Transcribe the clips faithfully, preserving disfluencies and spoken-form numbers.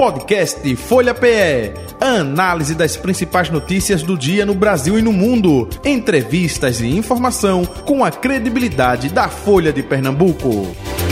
Podcast Folha P E. A análise das principais notícias do dia no Brasil e no mundo. Entrevistas e informação com a credibilidade da Folha de Pernambuco.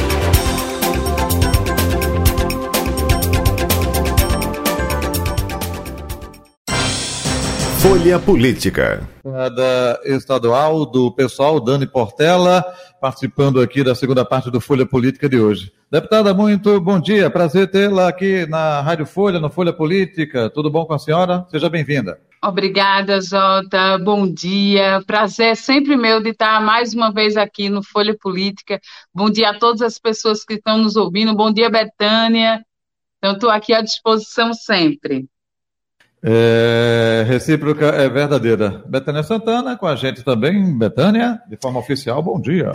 Folha Política. Da estadual do pessoal, Dani Portela, participando aqui da segunda parte do Folha Política de hoje. Deputada, muito bom dia, prazer tê-la aqui na Rádio Folha, no Folha Política. Tudo bom com a senhora? Seja bem-vinda. Obrigada, Jota. Bom dia. Prazer sempre meu de estar mais uma vez aqui no Folha Política. Bom dia a todas as pessoas que estão nos ouvindo. Bom dia, Betânia. Então, estou aqui à disposição sempre. É, recíproca é verdadeira. Betânia Santana com a gente também. Betânia, de forma oficial, bom dia.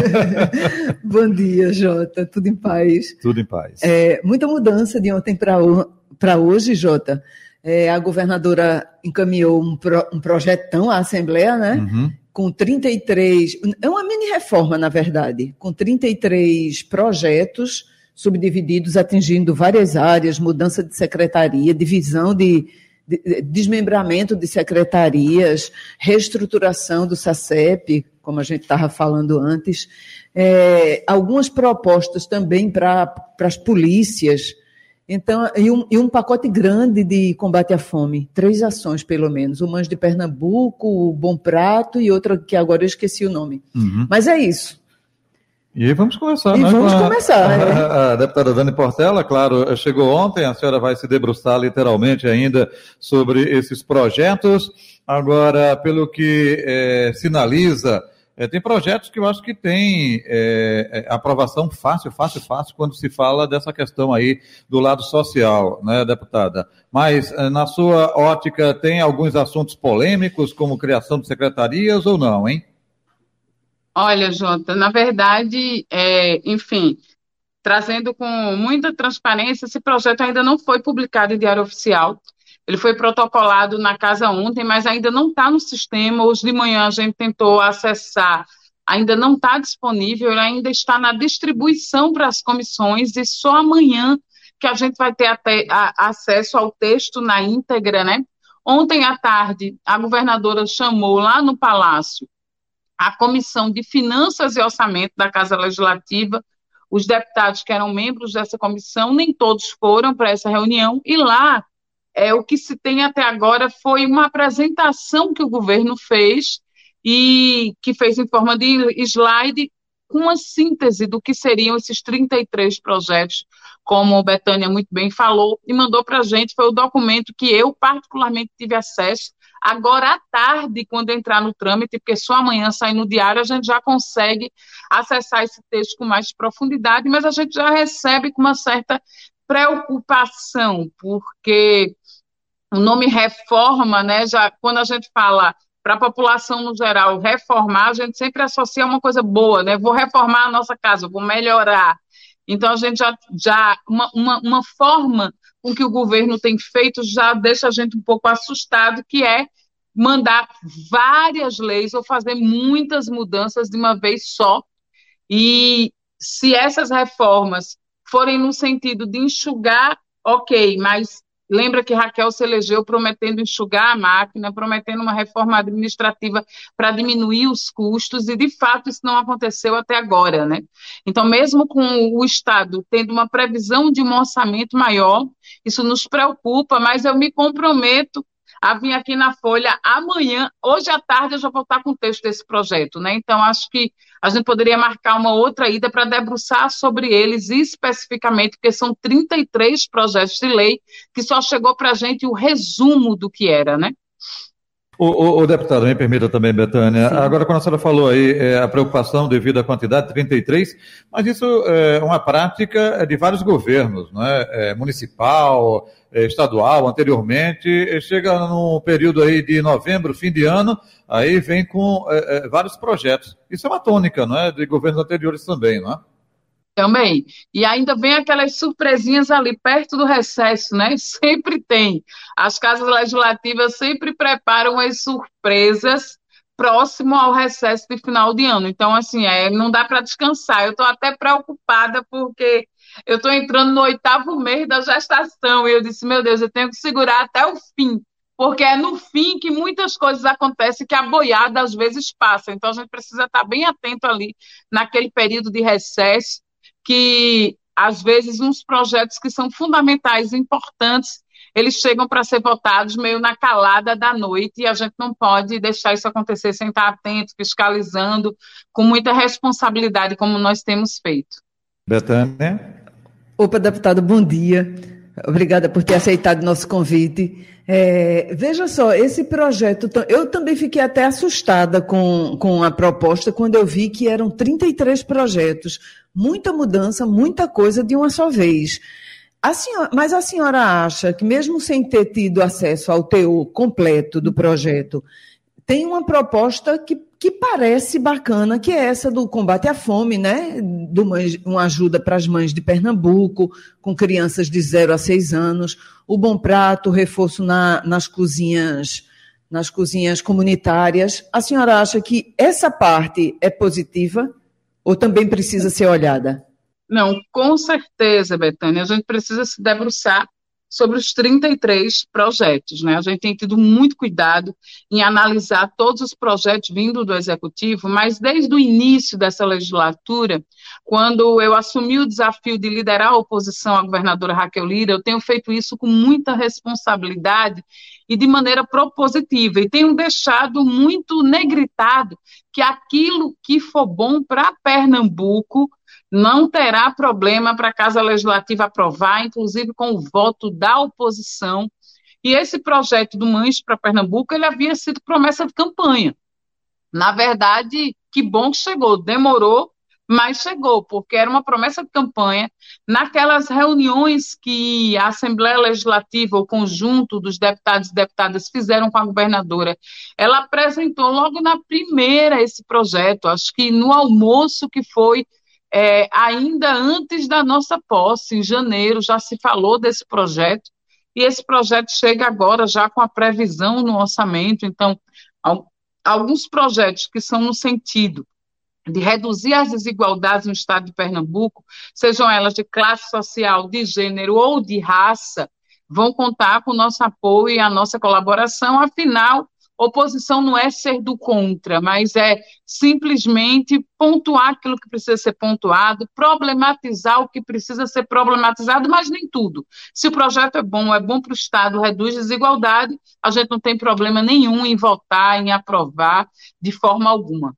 Bom dia, Jota. Tudo em paz? Tudo em paz. É, muita mudança de ontem para hoje, Jota. É, a governadora encaminhou um, pro, um projetão à Assembleia, né? Uhum. Com trinta e três... É uma mini-reforma, na verdade. Com trinta e três projetos subdivididos, atingindo várias áreas, mudança de secretaria, divisão de... desmembramento de secretarias, reestruturação do SACEP, como a gente estava falando antes, é, algumas propostas também para as polícias, então, e um, e um pacote grande de combate à fome, três ações pelo menos, o Mães de Pernambuco, o Bom Prato e outra que agora eu esqueci o nome. Uhum. Mas é isso. E vamos começar, e né? vamos a, começar. A, né? a, a deputada Dani Portela, claro, chegou ontem, a senhora vai se debruçar literalmente ainda sobre esses projetos. Agora, pelo que é, sinaliza, é, tem projetos que eu acho que tem é, é, aprovação fácil, fácil, fácil, quando se fala dessa questão aí do lado social, né, deputada? Mas, na sua ótica, tem alguns assuntos polêmicos, como criação de secretarias ou não, hein? Olha, Jota, na verdade, é, enfim, trazendo com muita transparência, esse projeto ainda não foi publicado em Diário Oficial. Ele foi protocolado na casa ontem, mas ainda não está no sistema. Hoje de manhã a gente tentou acessar, ainda não está disponível, ele ainda está na distribuição para as comissões e só amanhã que a gente vai ter até, a, acesso ao texto na íntegra, né? Ontem à tarde, a governadora chamou lá no Palácio a Comissão de Finanças e Orçamento da Casa Legislativa. Os deputados que eram membros dessa comissão, nem todos foram para essa reunião, e lá é, o que se tem até agora foi uma apresentação que o governo fez, e que fez em forma de slide, com uma síntese do que seriam esses trinta e três projetos, como a Betânia muito bem falou, e mandou para a gente. Foi o documento que eu particularmente tive acesso. Agora à tarde, quando entrar no trâmite, porque só amanhã sai no diário, a gente já consegue acessar esse texto com mais profundidade, mas a gente já recebe com uma certa preocupação, porque o nome reforma, né, já, quando a gente fala para a população no geral reformar, a gente sempre associa uma coisa boa, né? Vou reformar a nossa casa, vou melhorar. Então, a gente já, já uma, uma, uma forma com que o governo tem feito já deixa a gente um pouco assustado, que é mandar várias leis ou fazer muitas mudanças de uma vez só. E se essas reformas forem no sentido de enxugar, ok, mas lembra que Raquel se elegeu prometendo enxugar a máquina, prometendo uma reforma administrativa para diminuir os custos, e de fato isso não aconteceu até agora, né? Então, mesmo com o Estado tendo uma previsão de um orçamento maior, isso nos preocupa, mas eu me comprometo a vir aqui na Folha amanhã, hoje à tarde eu já vou estar com o texto desse projeto, né? Então, acho que a gente poderia marcar uma outra ida para debruçar sobre eles especificamente, porque são trinta e três projetos de lei que só chegou para a gente o resumo do que era, né? O, o, o deputado, me permita também, Betânia. Sim. Agora, quando a senhora falou aí, é, a preocupação devido à quantidade, trinta e três, mas isso é uma prática de vários governos, não é? É municipal, é estadual, anteriormente, chega num período aí de novembro, fim de ano, aí vem com é, é, vários projetos. Isso é uma tônica, não é? De governos anteriores também, não é? Também. E ainda vem aquelas surpresinhas ali perto do recesso, né? Sempre tem. As casas legislativas sempre preparam as surpresas próximo ao recesso de final de ano. Então, assim, é, não dá para descansar. Eu estou até preocupada porque eu estou entrando no oitavo mês da gestação e eu disse, meu Deus, eu tenho que segurar até o fim, porque é no fim que muitas coisas acontecem, que a boiada às vezes passa. Então, a gente precisa estar bem atento ali naquele período de recesso, que às vezes uns projetos que são fundamentais e importantes, eles chegam para ser votados meio na calada da noite e a gente não pode deixar isso acontecer sem estar atento, fiscalizando, com muita responsabilidade, como nós temos feito. Betânia? Opa, deputado, bom dia. Obrigada por ter aceitado nosso convite. É, veja só, esse projeto, eu também fiquei até assustada com, com a proposta quando eu vi que eram trinta e três projetos, muita mudança, muita coisa de uma só vez. A senhora, mas a senhora acha que mesmo sem ter tido acesso ao teor completo do projeto, tem uma proposta que, que parece bacana, que é essa do combate à fome, né? Do mãe, uma ajuda para as mães de Pernambuco, com crianças de zero a seis anos, o Bom Prato, reforço na, nas cozinhas, nas cozinhas comunitárias. A senhora acha que essa parte é positiva ou também precisa ser olhada? Não, com certeza, Betânia, a gente precisa se debruçar sobre os trinta e três projetos, né? A gente tem tido muito cuidado em analisar todos os projetos vindo do Executivo, mas desde o início dessa legislatura, quando eu assumi o desafio de liderar a oposição à governadora Raquel Lira, eu tenho feito isso com muita responsabilidade e de maneira propositiva, e tenho deixado muito negritado que aquilo que for bom para Pernambuco não terá problema para a Casa Legislativa aprovar, inclusive com o voto da oposição. E esse projeto do Mães para Pernambuco, ele havia sido promessa de campanha. Na verdade, que bom que chegou, demorou, mas chegou, porque era uma promessa de campanha. Naquelas reuniões que a Assembleia Legislativa, o conjunto dos deputados e deputadas fizeram com a governadora, ela apresentou logo na primeira esse projeto, acho que no almoço que foi É, ainda antes da nossa posse, em janeiro, já se falou desse projeto, e esse projeto chega agora já com a previsão no orçamento. Então, alguns projetos que são no sentido de reduzir as desigualdades no estado de Pernambuco, sejam elas de classe social, de gênero ou de raça, vão contar com o nosso apoio e a nossa colaboração. Afinal, oposição não é ser do contra, mas é simplesmente pontuar aquilo que precisa ser pontuado, problematizar o que precisa ser problematizado, mas nem tudo. Se o projeto é bom, é bom para o Estado, reduz desigualdade, a gente não tem problema nenhum em votar, em aprovar, de forma alguma.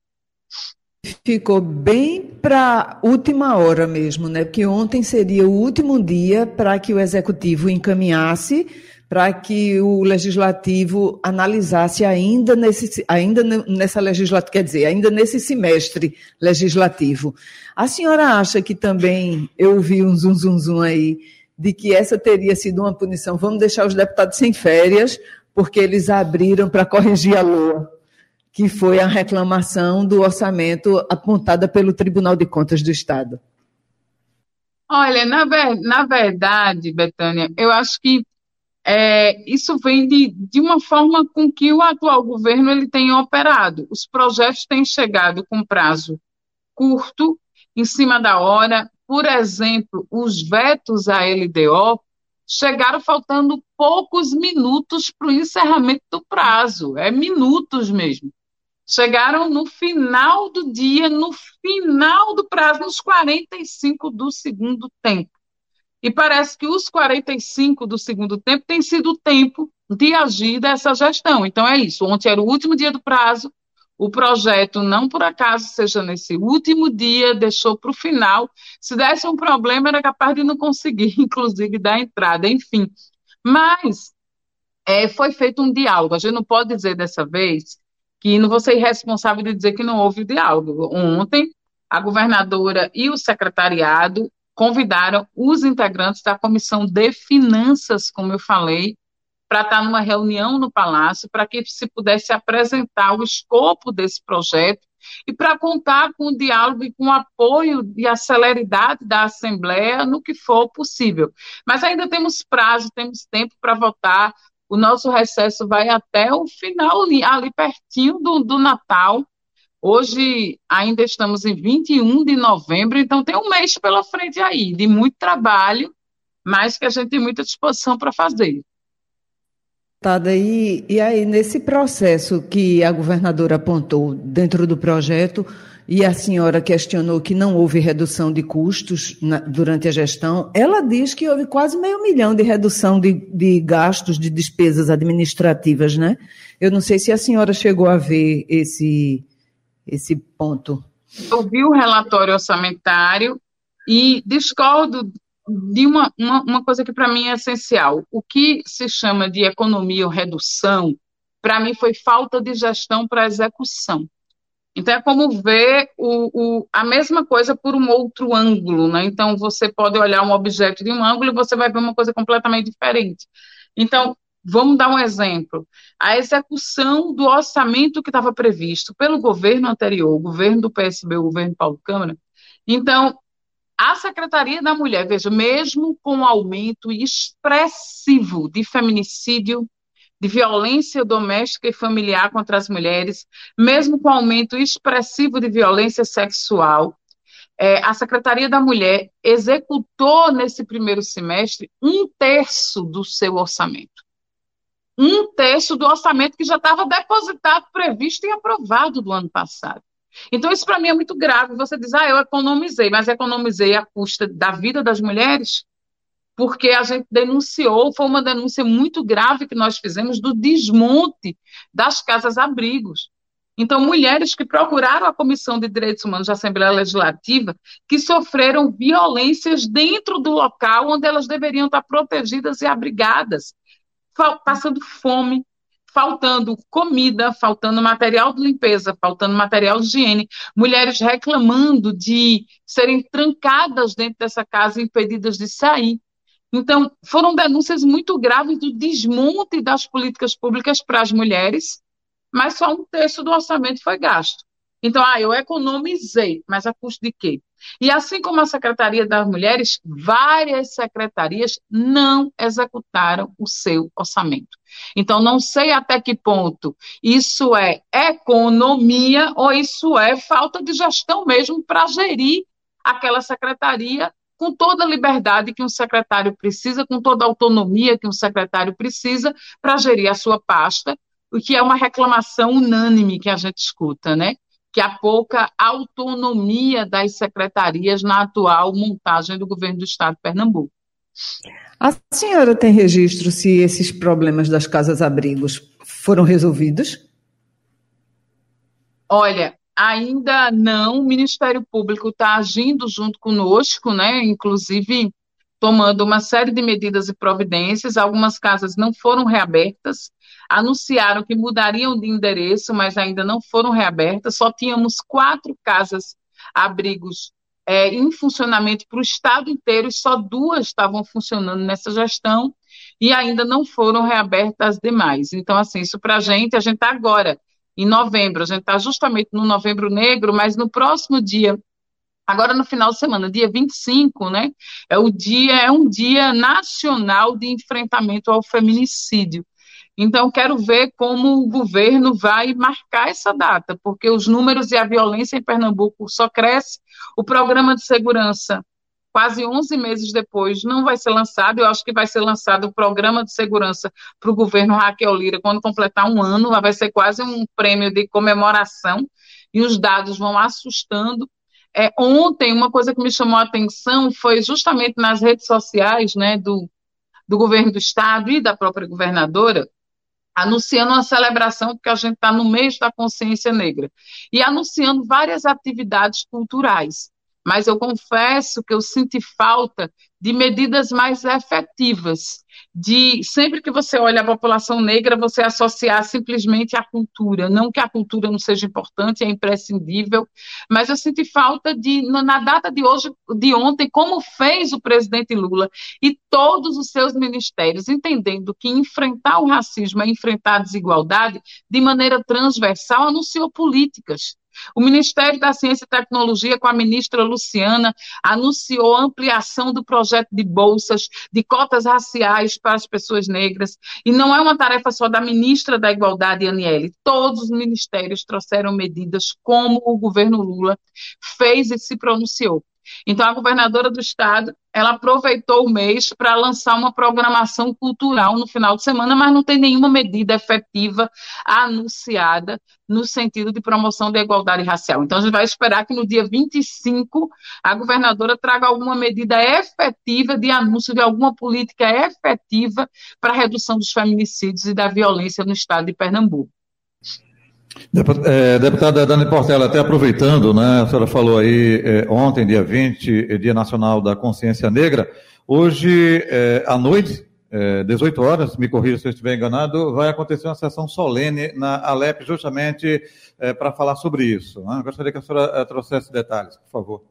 Ficou bem para a última hora mesmo, né? Porque ontem seria o último dia para que o Executivo encaminhasse, para que o Legislativo analisasse ainda, nesse, ainda nessa legislatura, quer dizer, ainda nesse semestre legislativo. A senhora acha que também, eu ouvi um zum, zum, zum aí, de que essa teria sido uma punição, vamos deixar os deputados sem férias, porque eles abriram para corrigir a L O A, que foi a reclamação do orçamento apontada pelo Tribunal de Contas do Estado? Olha, na, ver, na verdade, Betânia, eu acho que É, isso vem de, de uma forma com que o atual governo ele tem operado. Os projetos têm chegado com prazo curto, em cima da hora. Por exemplo, os vetos à L D O chegaram faltando poucos minutos para o encerramento do prazo, é minutos mesmo. Chegaram no final do dia, no final do prazo, nos quarenta e cinco do segundo tempo. E parece que os quarenta e cinco do segundo tempo tem sido o tempo de agir dessa gestão. Então é isso, ontem era o último dia do prazo, o projeto não por acaso seja nesse último dia, deixou para o final. Se desse um problema era capaz de não conseguir, inclusive, dar entrada, enfim. Mas é, foi feito um diálogo, a gente não pode dizer dessa vez que não vou ser irresponsável de dizer que não houve diálogo. Ontem a governadora e o secretariado convidaram os integrantes da Comissão de Finanças, como eu falei, para estar numa reunião no Palácio, para que se pudesse apresentar o escopo desse projeto e para contar com o diálogo e com o apoio e a celeridade da Assembleia no que for possível. Mas ainda temos prazo, temos tempo para votar. o nosso recesso vai até o final, ali, ali pertinho do, do Natal. Hoje ainda estamos em vinte e um de novembro, então tem um mês pela frente aí, de muito trabalho, mas que a gente tem muita disposição para fazer. Tá, daí, e aí, nesse processo que a governadora apontou dentro do projeto, e a senhora questionou que não houve redução de custos na, durante a gestão, ela diz que houve quase meio milhão de redução de, de gastos, de despesas administrativas, né? Eu não sei se a senhora chegou a ver esse, esse ponto. Eu vi o relatório orçamentário e discordo de uma, uma, uma coisa que para mim é essencial. O que se chama de economia ou redução, para mim foi falta de gestão para execução. Então é como ver o, o, a mesma coisa por um outro ângulo, né? Então você pode olhar um objeto de um ângulo e você vai ver uma coisa completamente diferente. Então, vamos dar um exemplo. A execução do orçamento que estava previsto pelo governo anterior, o governo do P S B, o governo Paulo Câmara. Então, a Secretaria da Mulher, veja, mesmo com o aumento expressivo de feminicídio, de violência doméstica e familiar contra as mulheres, mesmo com o aumento expressivo de violência sexual, é, a Secretaria da Mulher executou nesse primeiro semestre um terço do seu orçamento. Um terço do orçamento que já estava depositado, previsto e aprovado do ano passado. Então, isso para mim é muito grave. Você diz, ah, eu economizei, mas economizei à custa da vida das mulheres, porque a gente denunciou, foi uma denúncia muito grave que nós fizemos do desmonte das casas-abrigos. Então, mulheres que procuraram a Comissão de Direitos Humanos da Assembleia Legislativa, que sofreram violências dentro do local onde elas deveriam estar protegidas e abrigadas, passando fome, faltando comida, faltando material de limpeza, faltando material de higiene, mulheres reclamando de serem trancadas dentro dessa casa, impedidas de sair. Então, foram denúncias muito graves do desmonte das políticas públicas para as mulheres, mas só um terço do orçamento foi gasto. Então, ah, eu economizei, mas a custo de quê? E assim como a Secretaria das Mulheres, várias secretarias não executaram o seu orçamento. Então, não sei até que ponto isso é economia ou isso é falta de gestão mesmo para gerir aquela secretaria com toda a liberdade que um secretário precisa, com toda a autonomia que um secretário precisa para gerir a sua pasta, o que é uma reclamação unânime que a gente escuta, né? Que há pouca autonomia das secretarias na atual montagem do governo do Estado de Pernambuco. A senhora tem registro se esses problemas das casas-abrigos foram resolvidos? Olha, ainda não. O Ministério Público está agindo junto conosco, né? Inclusive tomando uma série de medidas e providências. Algumas casas não foram reabertas. Anunciaram que mudariam de endereço, mas ainda não foram reabertas. Só tínhamos quatro casas-abrigos é, em funcionamento para o estado inteiro, e só duas estavam funcionando nessa gestão, e ainda não foram reabertas as demais. Então, assim, isso para a gente, a gente está agora, em novembro, a gente está justamente no Novembro Negro, mas no próximo dia, agora no final de semana, dia vinte e cinco, né, é, o dia, é um dia nacional de enfrentamento ao feminicídio. Então, quero ver como o governo vai marcar essa data, porque os números e a violência em Pernambuco só cresce. O programa de segurança, quase onze meses depois, não vai ser lançado. Eu acho que vai ser lançado o programa de segurança para o governo Raquel Lira quando completar um ano. Vai ser quase um prêmio de comemoração e os dados vão assustando. É, ontem, uma coisa que me chamou a atenção foi justamente nas redes sociais, né, do, do governo do estado e da própria governadora, anunciando uma celebração, porque a gente está no mês da consciência negra, e anunciando várias atividades culturais. Mas eu confesso que eu senti falta de medidas mais efetivas, de sempre que você olha a população negra, você associar simplesmente à cultura, não que a cultura não seja importante, é imprescindível, mas eu senti falta de, na data de hoje, de ontem, como fez o presidente Lula e todos os seus ministérios, entendendo que enfrentar o racismo é enfrentar a desigualdade de maneira transversal, anunciou políticas. O Ministério da Ciência e Tecnologia, com a ministra Luciana, anunciou a ampliação do projeto de bolsas, de cotas raciais para as pessoas negras, e não é uma tarefa só da ministra da Igualdade, Aniele. Todos os ministérios trouxeram medidas como o governo Lula fez e se pronunciou. Então, a governadora do estado, ela aproveitou o mês para lançar uma programação cultural no final de semana, mas não tem nenhuma medida efetiva anunciada no sentido de promoção da igualdade racial. Então, a gente vai esperar que no dia vinte e cinco a governadora traga alguma medida efetiva de anúncio de alguma política efetiva para a redução dos feminicídios e da violência no estado de Pernambuco. Deputada Dani Portela, até aproveitando, né, a senhora falou aí é, ontem, dia vinte, Dia Nacional da Consciência Negra. Hoje, é, à noite, é, dezoito horas, me corrija se eu estiver enganado, vai acontecer uma sessão solene na Alep, justamente é, para falar sobre isso. Né? Eu gostaria que a senhora é, trouxesse detalhes, por favor.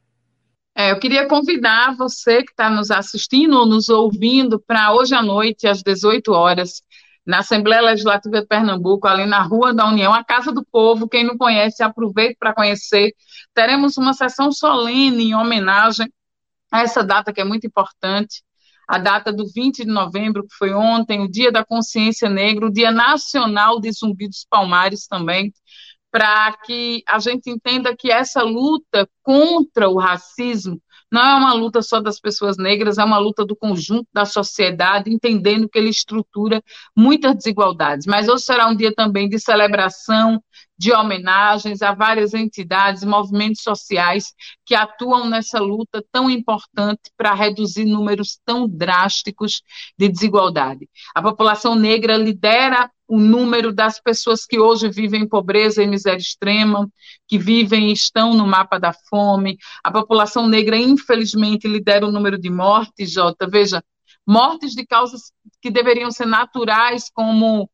É, eu queria convidar você que está nos assistindo ou nos ouvindo para hoje à noite, às dezoito horas, na Assembleia Legislativa de Pernambuco, ali na Rua da União, a Casa do Povo. Quem não conhece, aproveite para conhecer. Teremos uma sessão solene em homenagem a essa data que é muito importante, a data do vinte de novembro, que foi ontem, o Dia da Consciência Negra, o Dia Nacional de Zumbi dos Palmares também, para que a gente entenda que essa luta contra o racismo não é uma luta só das pessoas negras, é uma luta do conjunto da sociedade, entendendo que ele estrutura muitas desigualdades. Mas hoje será um dia também de celebração, de homenagens a várias entidades, movimentos sociais que atuam nessa luta tão importante para reduzir números tão drásticos de desigualdade. A população negra lidera o número das pessoas que hoje vivem em pobreza e miséria extrema, que vivem e estão no mapa da fome. A população negra, infelizmente, lidera o número de mortes, Jota. Veja, mortes de causas que deveriam ser naturais, como,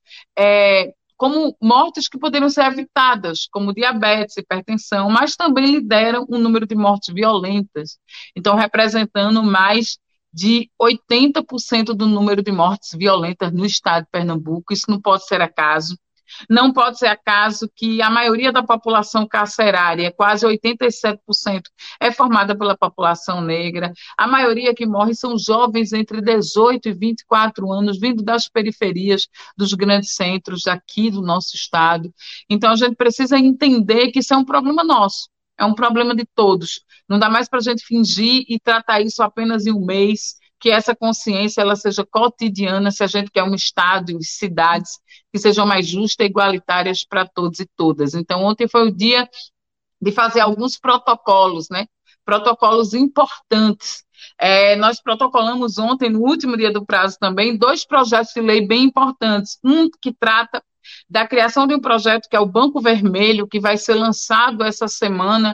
é, como mortes que poderiam ser evitadas, como diabetes, hipertensão, mas também lideram o número de mortes violentas. Então, representando mais de oitenta por cento do número de mortes violentas no estado de Pernambuco. Isso não pode ser acaso. Não pode ser acaso que a maioria da população carcerária, quase oitenta e sete por cento, é formada pela população negra. A maioria que morre são jovens entre dezoito e vinte e quatro anos, vindo das periferias dos grandes centros aqui do nosso estado. Então, a gente precisa entender que isso é um problema nosso. É um problema de todos. Não dá mais para a gente fingir e tratar isso apenas em um mês, que essa consciência ela seja cotidiana, se a gente quer um estado e cidades que sejam mais justas e igualitárias para todos e todas. Então, ontem foi o dia de fazer alguns protocolos, né? Protocolos importantes. É, nós protocolamos ontem, no último dia do prazo também, dois projetos de lei bem importantes. Um que trata da criação de um projeto que é o Banco Vermelho, que vai ser lançado essa semana.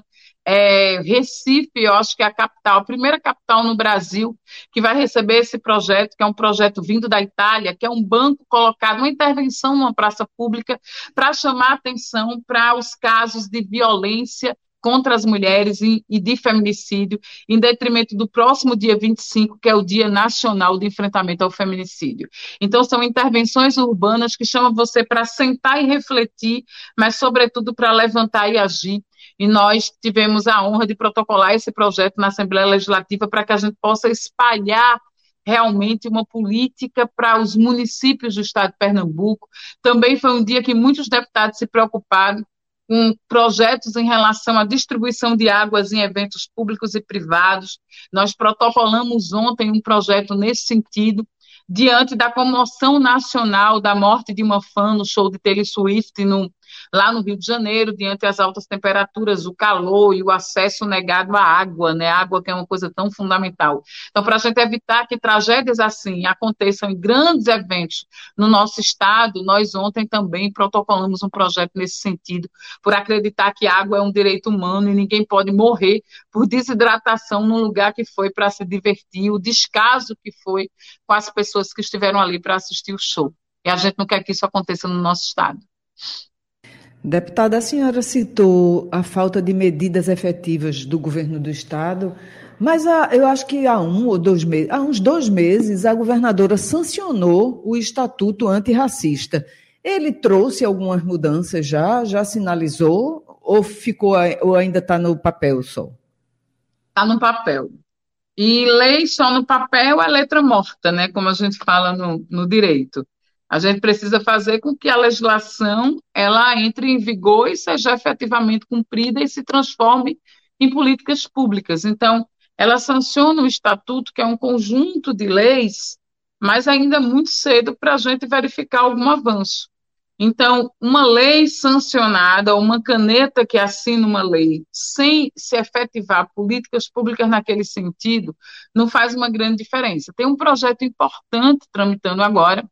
É, Recife, eu acho que é a capital, a primeira capital no Brasil que vai receber esse projeto, que é um projeto vindo da Itália, que é um banco colocado, uma intervenção numa praça pública para chamar atenção para os casos de violência contra as mulheres e, e de feminicídio, em detrimento do próximo dia vinte e cinco, que é o Dia Nacional de Enfrentamento ao Feminicídio. Então, são intervenções urbanas que chamam você para sentar e refletir, mas, sobretudo, para levantar e agir. E nós tivemos a honra de protocolar esse projeto na Assembleia Legislativa para que a gente possa espalhar realmente uma política para os municípios do estado de Pernambuco. Também foi um dia que muitos deputados se preocuparam com projetos em relação à distribuição de águas em eventos públicos e privados. Nós protocolamos ontem um projeto nesse sentido, diante da comoção nacional da morte de uma fã no show de Taylor Swift no, lá no Rio de Janeiro, diante das altas temperaturas, o calor e o acesso negado à água, né? A água que é uma coisa tão fundamental. Então, para a gente evitar que tragédias assim aconteçam em grandes eventos no nosso estado, nós ontem também protocolamos um projeto nesse sentido, por acreditar que a água é um direito humano e ninguém pode morrer por desidratação num lugar que foi para se divertir, o descaso que foi com as pessoas que estiveram ali para assistir o show. E a gente não quer que isso aconteça no nosso estado. Deputada, a senhora citou a falta de medidas efetivas do governo do estado, mas há, eu acho que há um ou dois meses, há uns dois meses, a governadora sancionou o Estatuto Antirracista. Ele trouxe algumas mudanças já, já sinalizou, ou, ficou, ou ainda está no papel só? Está no papel. E lei só no papel é letra morta, né? Como a gente fala no, no direito. A gente precisa fazer com que a legislação ela entre em vigor e seja efetivamente cumprida e se transforme em políticas públicas. Então, ela sanciona o estatuto, que é um conjunto de leis, mas ainda é muito cedo para a gente verificar algum avanço. Então, uma lei sancionada, uma caneta que assina uma lei, sem se efetivar políticas públicas naquele sentido, não faz uma grande diferença. Tem um projeto importante tramitando agora.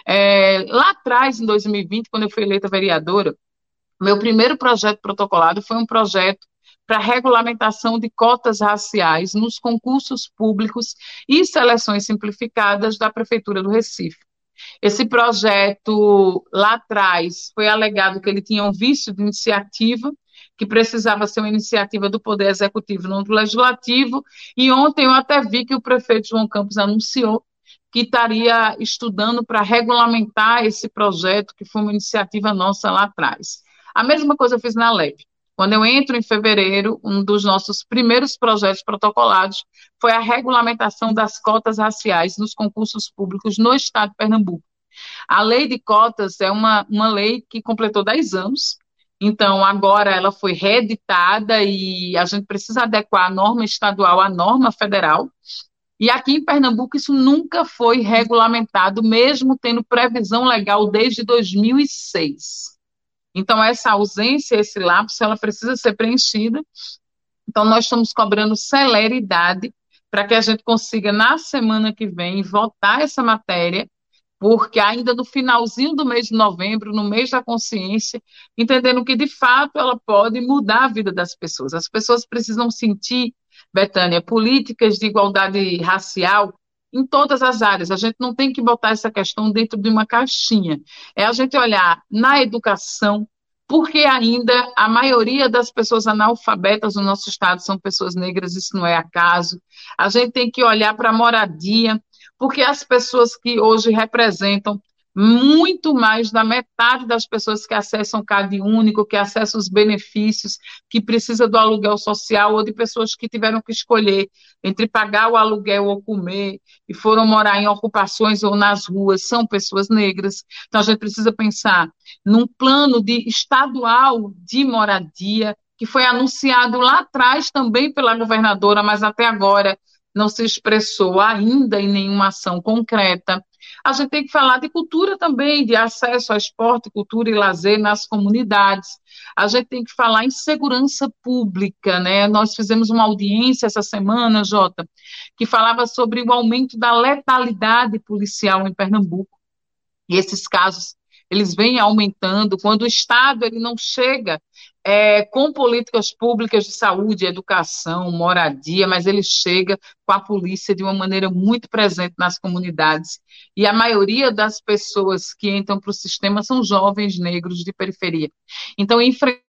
É, lá atrás, em dois mil e vinte, quando eu fui eleita vereadora, meu primeiro projeto protocolado foi um projeto para regulamentação de cotas raciais nos concursos públicos e seleções simplificadas da Prefeitura do Recife. Esse projeto, lá atrás, foi alegado que ele tinha um vício de iniciativa, que precisava ser uma iniciativa do Poder Executivo, não do Legislativo, e ontem eu até vi que o prefeito João Campos anunciou que estaria estudando para regulamentar esse projeto, que foi uma iniciativa nossa lá atrás. A mesma coisa eu fiz na L E V. Quando eu entro em fevereiro, um dos nossos primeiros projetos protocolados foi a regulamentação das cotas raciais nos concursos públicos no estado de Pernambuco. A lei de cotas é uma, uma lei que completou dez anos, então agora ela foi reeditada e a gente precisa adequar a norma estadual à norma federal. E aqui em Pernambuco isso nunca foi regulamentado, mesmo tendo previsão legal desde dois mil e seis. Então, essa ausência, esse lapso, ela precisa ser preenchida. Então, nós estamos cobrando celeridade para que a gente consiga, na semana que vem, votar essa matéria, porque ainda no finalzinho do mês de novembro, no mês da consciência, entendendo que, de fato, ela pode mudar a vida das pessoas. As pessoas precisam sentir, Betânia, políticas de igualdade racial em todas as áreas. A gente não tem que botar essa questão dentro de uma caixinha. É a gente olhar na educação, porque ainda a maioria das pessoas analfabetas no nosso estado são pessoas negras, isso não é acaso. A gente tem que olhar para a moradia, porque as pessoas que hoje representam muito mais da metade das pessoas que acessam Cade Único, que acessam os benefícios, que precisa do aluguel social, ou de pessoas que tiveram que escolher entre pagar o aluguel ou comer, e foram morar em ocupações ou nas ruas, são pessoas negras. Então a gente precisa pensar num plano de estadual de moradia, que foi anunciado lá atrás também pela governadora, mas até agora não se expressou ainda em nenhuma ação concreta. A gente tem que falar de cultura também, de acesso a esporte, cultura e lazer nas comunidades. A gente tem que falar em segurança pública, né? Nós fizemos uma audiência essa semana, Jota, que falava sobre o aumento da letalidade policial em Pernambuco. E esses casos, eles vêm aumentando quando o Estado ele não chega é, com políticas públicas de saúde, educação, moradia, mas ele chega com a polícia de uma maneira muito presente nas comunidades. E a maioria das pessoas que entram para o sistema são jovens negros de periferia. Então, enfrentar...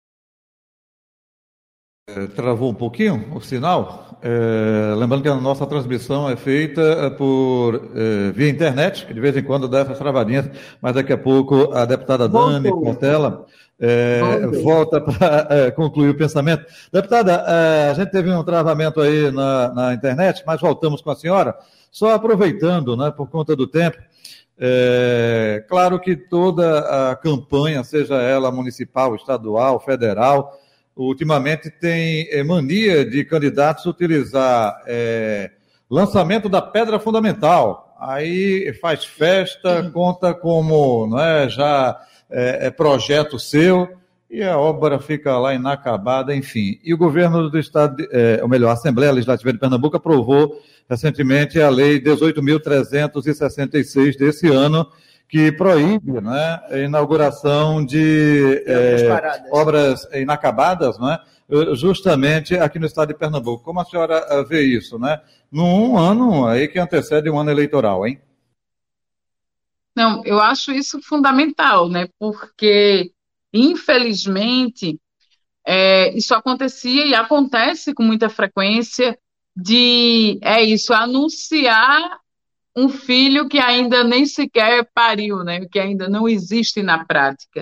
Travou um pouquinho o sinal. É, lembrando que a nossa transmissão é feita por é, via internet, que de vez em quando dá essas travadinhas, mas daqui a pouco a deputada Dani Portela é, volta para é, concluir o pensamento. Deputada, é, a gente teve um travamento aí na, na internet, mas voltamos com a senhora. Só aproveitando, né, por conta do tempo, é, claro que toda a campanha, seja ela municipal, estadual, federal, ultimamente tem é, mania de candidatos utilizar é, lançamento da pedra fundamental. Aí faz festa, uhum. conta como não é, já é, é projeto seu, e a obra fica lá inacabada, enfim. E o governo do estado, de, é, ou melhor, a Assembleia Legislativa de Pernambuco aprovou recentemente a Lei dezoito mil trezentos e sessenta e seis desse ano, que proíbe, né, a inauguração de é, obras inacabadas, né, justamente aqui no estado de Pernambuco. Como a senhora vê isso, né? Num ano aí que antecede um ano eleitoral, hein? Não, eu acho isso fundamental, né? Porque, infelizmente, é, isso acontecia e acontece com muita frequência de, é isso, anunciar um filho que ainda nem sequer pariu, né? Que ainda não existe na prática.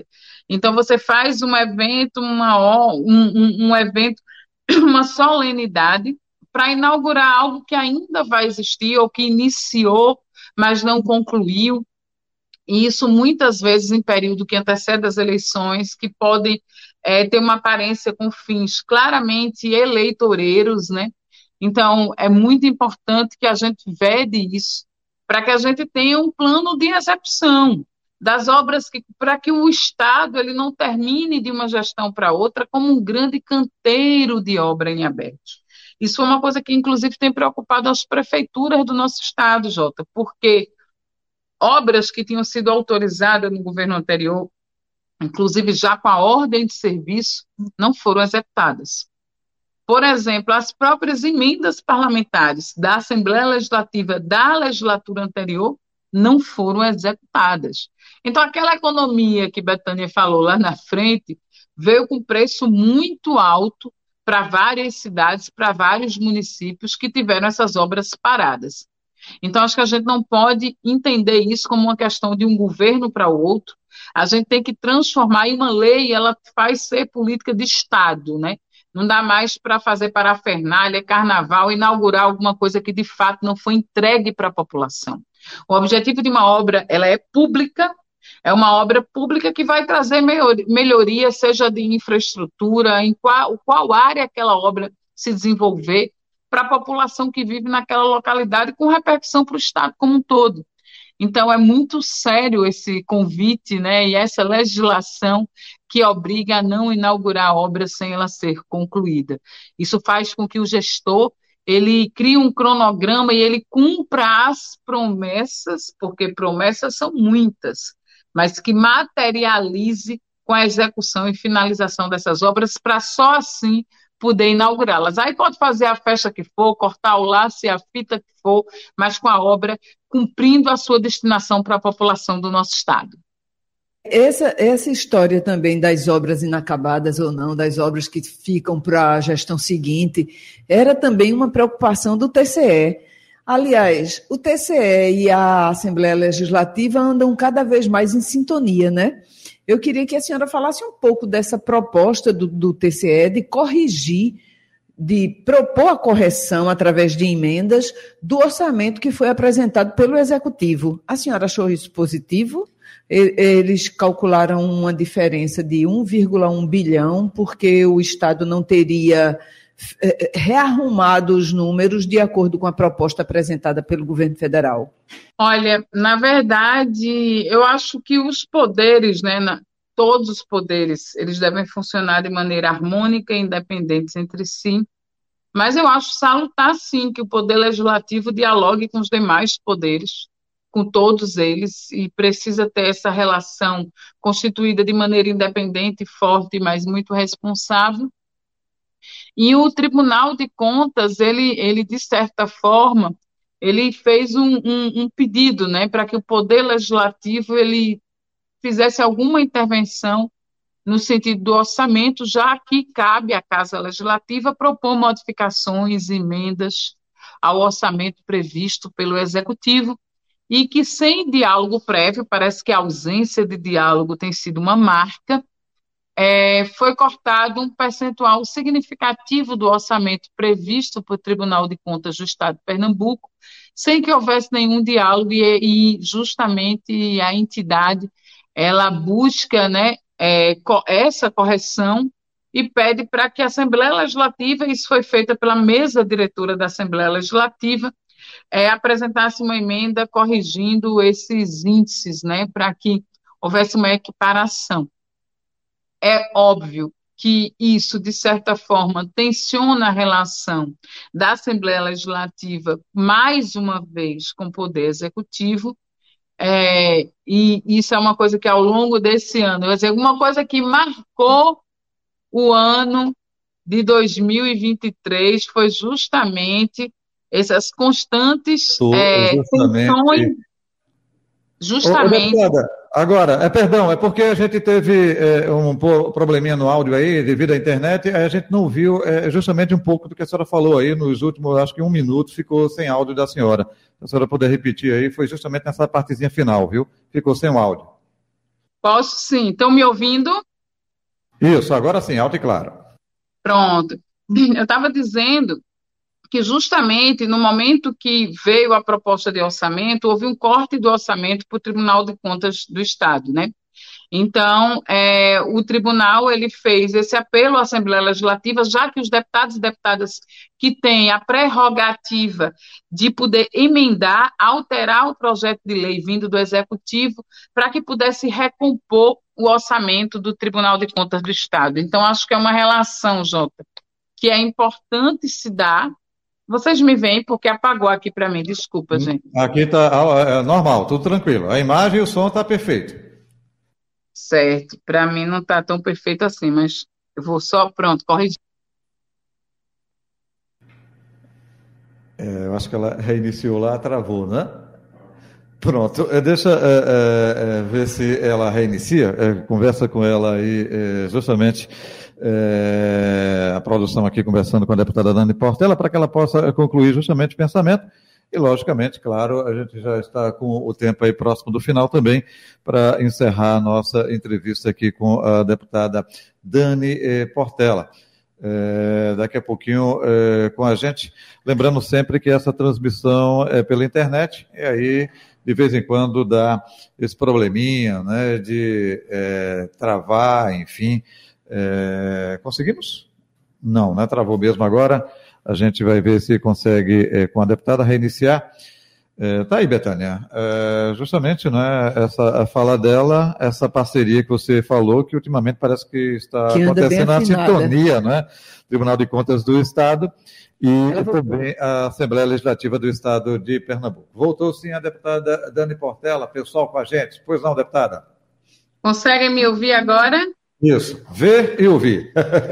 Então, você faz um evento, uma, um, um, um evento, uma solenidade, para inaugurar algo que ainda vai existir, ou que iniciou, mas não concluiu. E isso, muitas vezes, em período que antecede as eleições, que podem é, ter uma aparência com fins claramente eleitoreiros, né? Então, é muito importante que a gente vede isso, para que a gente tenha um plano de execução das obras, para que o Estado ele não termine de uma gestão para outra como um grande canteiro de obra em aberto. Isso é uma coisa que, inclusive, tem preocupado as prefeituras do nosso Estado, Jota, porque obras que tinham sido autorizadas no governo anterior, inclusive já com a ordem de serviço, não foram executadas. Por exemplo, as próprias emendas parlamentares da Assembleia Legislativa da legislatura anterior não foram executadas. Então, aquela economia que Betânia falou lá na frente veio com preço muito alto para várias cidades, para vários municípios que tiveram essas obras paradas. Então, acho que a gente não pode entender isso como uma questão de um governo para o outro. A gente tem que transformar em uma lei, ela faz ser política de Estado, né? Não dá mais para fazer parafernália, carnaval, inaugurar alguma coisa que de fato não foi entregue para a população. O objetivo de uma obra, ela é pública, é uma obra pública que vai trazer melhoria, seja de infraestrutura, em qual, qual área aquela obra se desenvolver, para a população que vive naquela localidade, com repercussão para o Estado como um todo. Então, é muito sério esse convite, né, e essa legislação que obriga a não inaugurar a obra sem ela ser concluída. Isso faz com que o gestor ele crie um cronograma e ele cumpra as promessas, porque promessas são muitas, mas que materialize com a execução e finalização dessas obras, para só assim poder inaugurá-las. Aí pode fazer a festa que for, cortar o laço e a fita que for, mas com a obra cumprindo a sua destinação para a população do nosso Estado. Essa, essa história também das obras inacabadas ou não, das obras que ficam para a gestão seguinte, era também uma preocupação do T C E. Aliás, o T C E e a Assembleia Legislativa andam cada vez mais em sintonia, né? Eu queria que a senhora falasse um pouco dessa proposta do, do T C E de corrigir, de propor a correção através de emendas do orçamento que foi apresentado pelo Executivo. A senhora achou isso positivo? Eles calcularam uma diferença de um vírgula um bilhão, porque o Estado não teria rearrumado os números de acordo com a proposta apresentada pelo governo federal. Olha, na verdade, eu acho que os poderes, né, na, todos os poderes, eles devem funcionar de maneira harmônica e independentes entre si, mas eu acho salutar, sim, que o poder legislativo dialogue com os demais poderes, com todos eles, e precisa ter essa relação constituída de maneira independente, forte, mas muito responsável. E o Tribunal de Contas, ele, ele de certa forma, ele fez um, um, um pedido, né, para que o Poder Legislativo ele fizesse alguma intervenção no sentido do orçamento, já que cabe à Casa Legislativa propor modificações, emendas ao orçamento previsto pelo Executivo, e que sem diálogo prévio, parece que a ausência de diálogo tem sido uma marca, É, foi cortado um percentual significativo do orçamento previsto pelo Tribunal de Contas do Estado de Pernambuco, sem que houvesse nenhum diálogo, e, e justamente a entidade ela busca, né, é, essa correção e pede para que a Assembleia Legislativa, isso foi feito pela mesa diretora da Assembleia Legislativa, é, apresentasse uma emenda corrigindo esses índices, né, para que houvesse uma equiparação. É óbvio que isso, de certa forma, tensiona a relação da Assembleia Legislativa, mais uma vez, com o Poder Executivo, é, e isso é uma coisa que, ao longo desse ano, eu vou dizer, uma coisa que marcou o ano de dois mil e vinte e três foi justamente essas constantes é, tensões. Justamente. Ô, ô, agora, é perdão, é porque a gente teve é, um probleminha no áudio aí, devido à internet, aí a gente não viu é, justamente um pouco do que a senhora falou aí, nos últimos, acho que um minuto, ficou sem áudio da senhora. Se a senhora puder repetir aí, foi justamente nessa partezinha final, viu? Ficou sem o áudio. Posso sim. Estão me ouvindo? Isso, agora sim, alto e claro. Pronto. Eu estava dizendo que justamente no momento que veio a proposta de orçamento, houve um corte do orçamento para o Tribunal de Contas do Estado, né? Então, é, o tribunal ele fez esse apelo à Assembleia Legislativa, já que os deputados e deputadas que têm a prerrogativa de poder emendar, alterar o projeto de lei vindo do Executivo, para que pudesse recompor o orçamento do Tribunal de Contas do Estado. Então, acho que é uma relação, Jota, que é importante se dar. Vocês me veem porque apagou aqui para mim, desculpa, gente. Aqui está é normal, tudo tranquilo. A imagem e o som está perfeito. Certo, para mim não está tão perfeito assim, mas eu vou só, pronto, corrigir. É, eu acho que ela reiniciou lá, travou, né? Pronto, deixa é, é, ver se ela reinicia, é, conversa com ela aí, é, justamente é, a produção aqui conversando com a deputada Dani Portela, para que ela possa concluir justamente o pensamento. E, logicamente, claro, a gente já está com o tempo aí próximo do final também para encerrar a nossa entrevista aqui com a deputada Dani eh, Portela. É, daqui a pouquinho é, com a gente, lembrando sempre que essa transmissão é pela internet, e aí, de vez em quando, dá esse probleminha, né, de é, travar, enfim. É, conseguimos? Não, né, travou mesmo agora. A gente vai ver se consegue, é, com a deputada, reiniciar. É, tá aí, Betânia. É, justamente, né, essa a fala dela, essa parceria que você falou, que ultimamente parece que está que acontecendo na sintonia, né? Tribunal de Contas do Estado e também a Assembleia Legislativa do Estado de Pernambuco. Voltou sim a deputada Dani Portela, pessoal com a gente. Pois não, deputada? Conseguem me ouvir agora? Isso, ver e ouvir.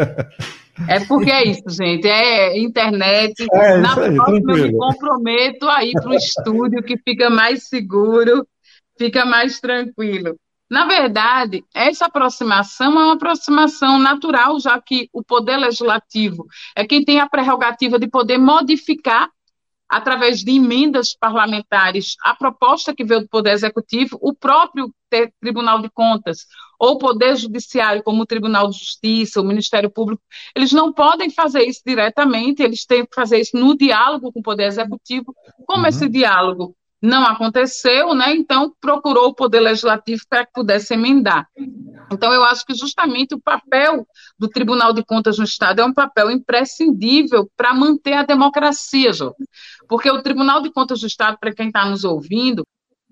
É porque é isso, gente, é internet. É Na isso aí, próxima tranquilo. eu me comprometo a ir para o estúdio, que fica mais seguro, fica mais tranquilo. Na verdade, essa aproximação é uma aproximação natural, já que o Poder Legislativo é quem tem a prerrogativa de poder modificar, através de emendas parlamentares, a proposta que veio do Poder Executivo, o próprio Tribunal de Contas, ou o Poder Judiciário, como o Tribunal de Justiça, o Ministério Público, eles não podem fazer isso diretamente, eles têm que fazer isso no diálogo com o Poder Executivo. Como uhum. esse diálogo não aconteceu, né, então procurou o Poder Legislativo para que pudesse emendar. Então, eu acho que justamente o papel do Tribunal de Contas no Estado é um papel imprescindível para manter a democracia, Jô. Porque o Tribunal de Contas do Estado, para quem está nos ouvindo,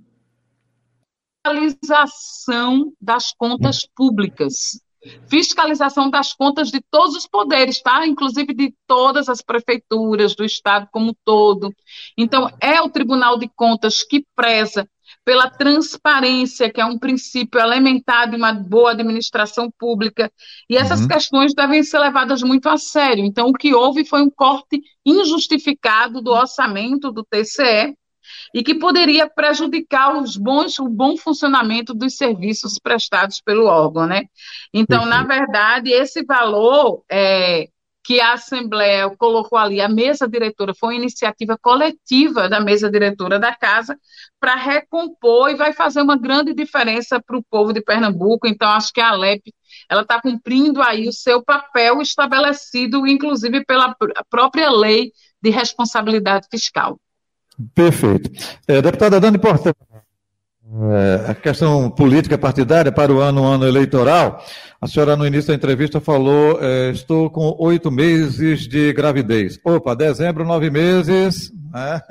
é a fiscalização das contas públicas, fiscalização das contas de todos os poderes, tá? Inclusive de todas as prefeituras do Estado como um todo. Então, é o Tribunal de Contas que preza pela transparência, que é um princípio elementar de uma boa administração pública, e essas uhum. questões devem ser levadas muito a sério. Então, o que houve foi um corte injustificado do orçamento do T C E, e que poderia prejudicar os bons, o bom funcionamento dos serviços prestados pelo órgão, né? Então, na verdade, esse valor é, que a Assembleia colocou ali, a mesa diretora, foi uma iniciativa coletiva da mesa diretora da Casa para recompor e vai fazer uma grande diferença para o povo de Pernambuco. Então, acho que a Alep ela está cumprindo aí o seu papel estabelecido, inclusive pela própria lei de responsabilidade fiscal. Perfeito. É, deputada Dani Portela, é, a questão política partidária para o ano, ano eleitoral, a senhora no início da entrevista falou, é, estou com oito meses de gravidez. Opa, dezembro, nove meses, né?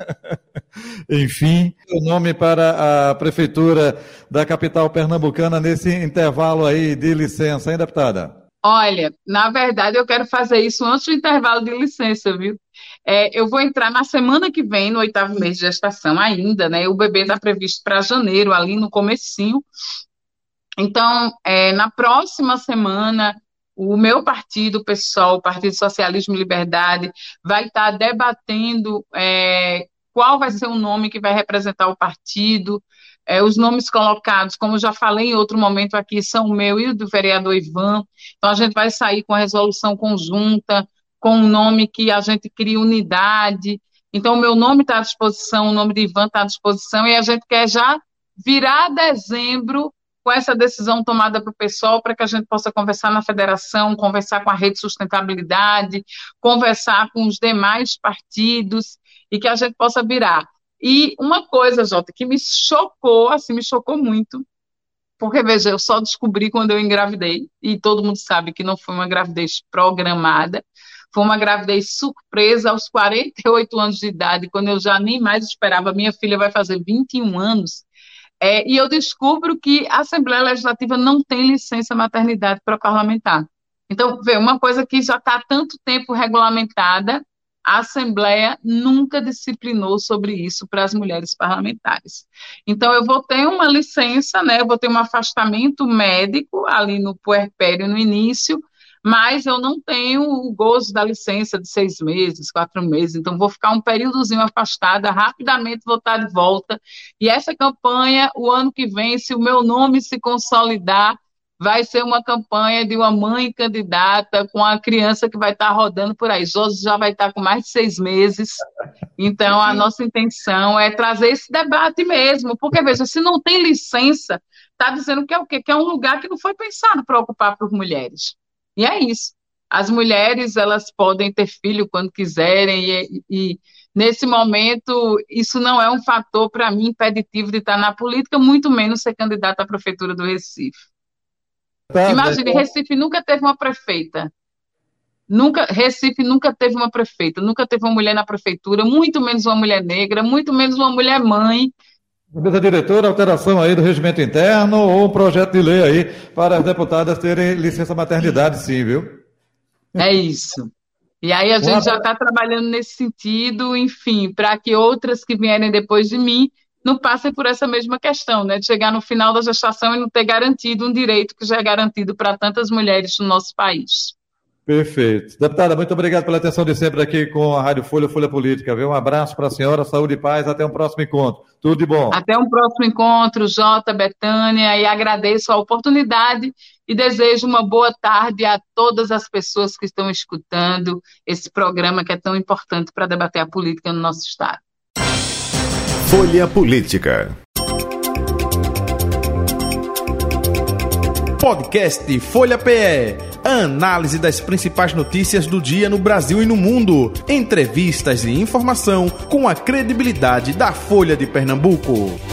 Enfim, o nome para a prefeitura da capital pernambucana nesse intervalo aí de licença, hein, deputada? Olha, na verdade eu quero fazer isso antes do intervalo de licença, viu? É, eu vou entrar na semana que vem, no oitavo mês de gestação ainda, né? O bebê está previsto para janeiro, ali no comecinho. Então, é, na próxima semana, o meu partido, o PSOL, o Partido Socialismo e Liberdade, vai estar tá debatendo é, qual vai ser o nome que vai representar o partido. É, os nomes colocados, como eu já falei em outro momento aqui, são o meu e o do vereador Ivan. Então, a gente vai sair com a resolução conjunta, com um nome que a gente cria unidade. Então, o meu nome está à disposição, o nome de Ivan está à disposição, e a gente quer já virar dezembro com essa decisão tomada para o pessoal, para que a gente possa conversar na federação, conversar com a Rede Sustentabilidade, conversar com os demais partidos e que a gente possa virar. E uma coisa, Jota, que me chocou, assim, me chocou muito, porque, veja, eu só descobri quando eu engravidei, e todo mundo sabe que não foi uma gravidez programada, foi uma gravidez surpresa aos quarenta e oito anos de idade, quando eu já nem mais esperava, minha filha vai fazer vinte e um anos, é, e eu descubro que a Assembleia Legislativa não tem licença maternidade para parlamentar. Então, vê, uma coisa que já está há tanto tempo regulamentada, a Assembleia nunca disciplinou sobre isso para as mulheres parlamentares. Então, eu vou ter uma licença, né, eu vou ter um afastamento médico ali no puerpério, no início, mas eu não tenho o gozo da licença de seis meses, quatro meses, então vou ficar um períodozinho afastada, rapidamente vou estar de volta, e essa campanha, o ano que vem, se o meu nome se consolidar, vai ser uma campanha de uma mãe candidata com a criança que vai estar rodando por aí. Josi já vai estar com mais de seis meses, então a nossa intenção é trazer esse debate mesmo, porque, veja, se não tem licença, está dizendo que é o quê? Que é um lugar que não foi pensado para ocupar por mulheres. E é isso. As mulheres, elas podem ter filho quando quiserem, e, e nesse momento, isso não é um fator, para mim, impeditivo de estar na política, muito menos ser candidata à Prefeitura do Recife. Tá, imagine, Recife nunca teve uma prefeita. Nunca, Recife nunca teve uma prefeita, nunca teve uma mulher na prefeitura, muito menos uma mulher negra, muito menos uma mulher mãe. Mesa diretora, alteração aí do regimento interno ou um projeto de lei aí para as deputadas terem licença maternidade, sim, viu? É isso. E aí a gente Boa. já está trabalhando nesse sentido, enfim, para que outras que vierem depois de mim não passem por essa mesma questão, né, de chegar no final da gestação e não ter garantido um direito que já é garantido para tantas mulheres no nosso país. Perfeito. Deputada, muito obrigado pela atenção de sempre aqui com a Rádio Folha, Folha Política. Viu? Um abraço para a senhora, saúde e paz, até um próximo encontro. Tudo de bom. Até um próximo encontro, Jota, Betânia, e agradeço a oportunidade e desejo uma boa tarde a todas as pessoas que estão escutando esse programa que é tão importante para debater a política no nosso estado. Folha Política. Podcast Folha P E. A análise das principais notícias do dia no Brasil e no mundo. Entrevistas e informação com a credibilidade da Folha de Pernambuco.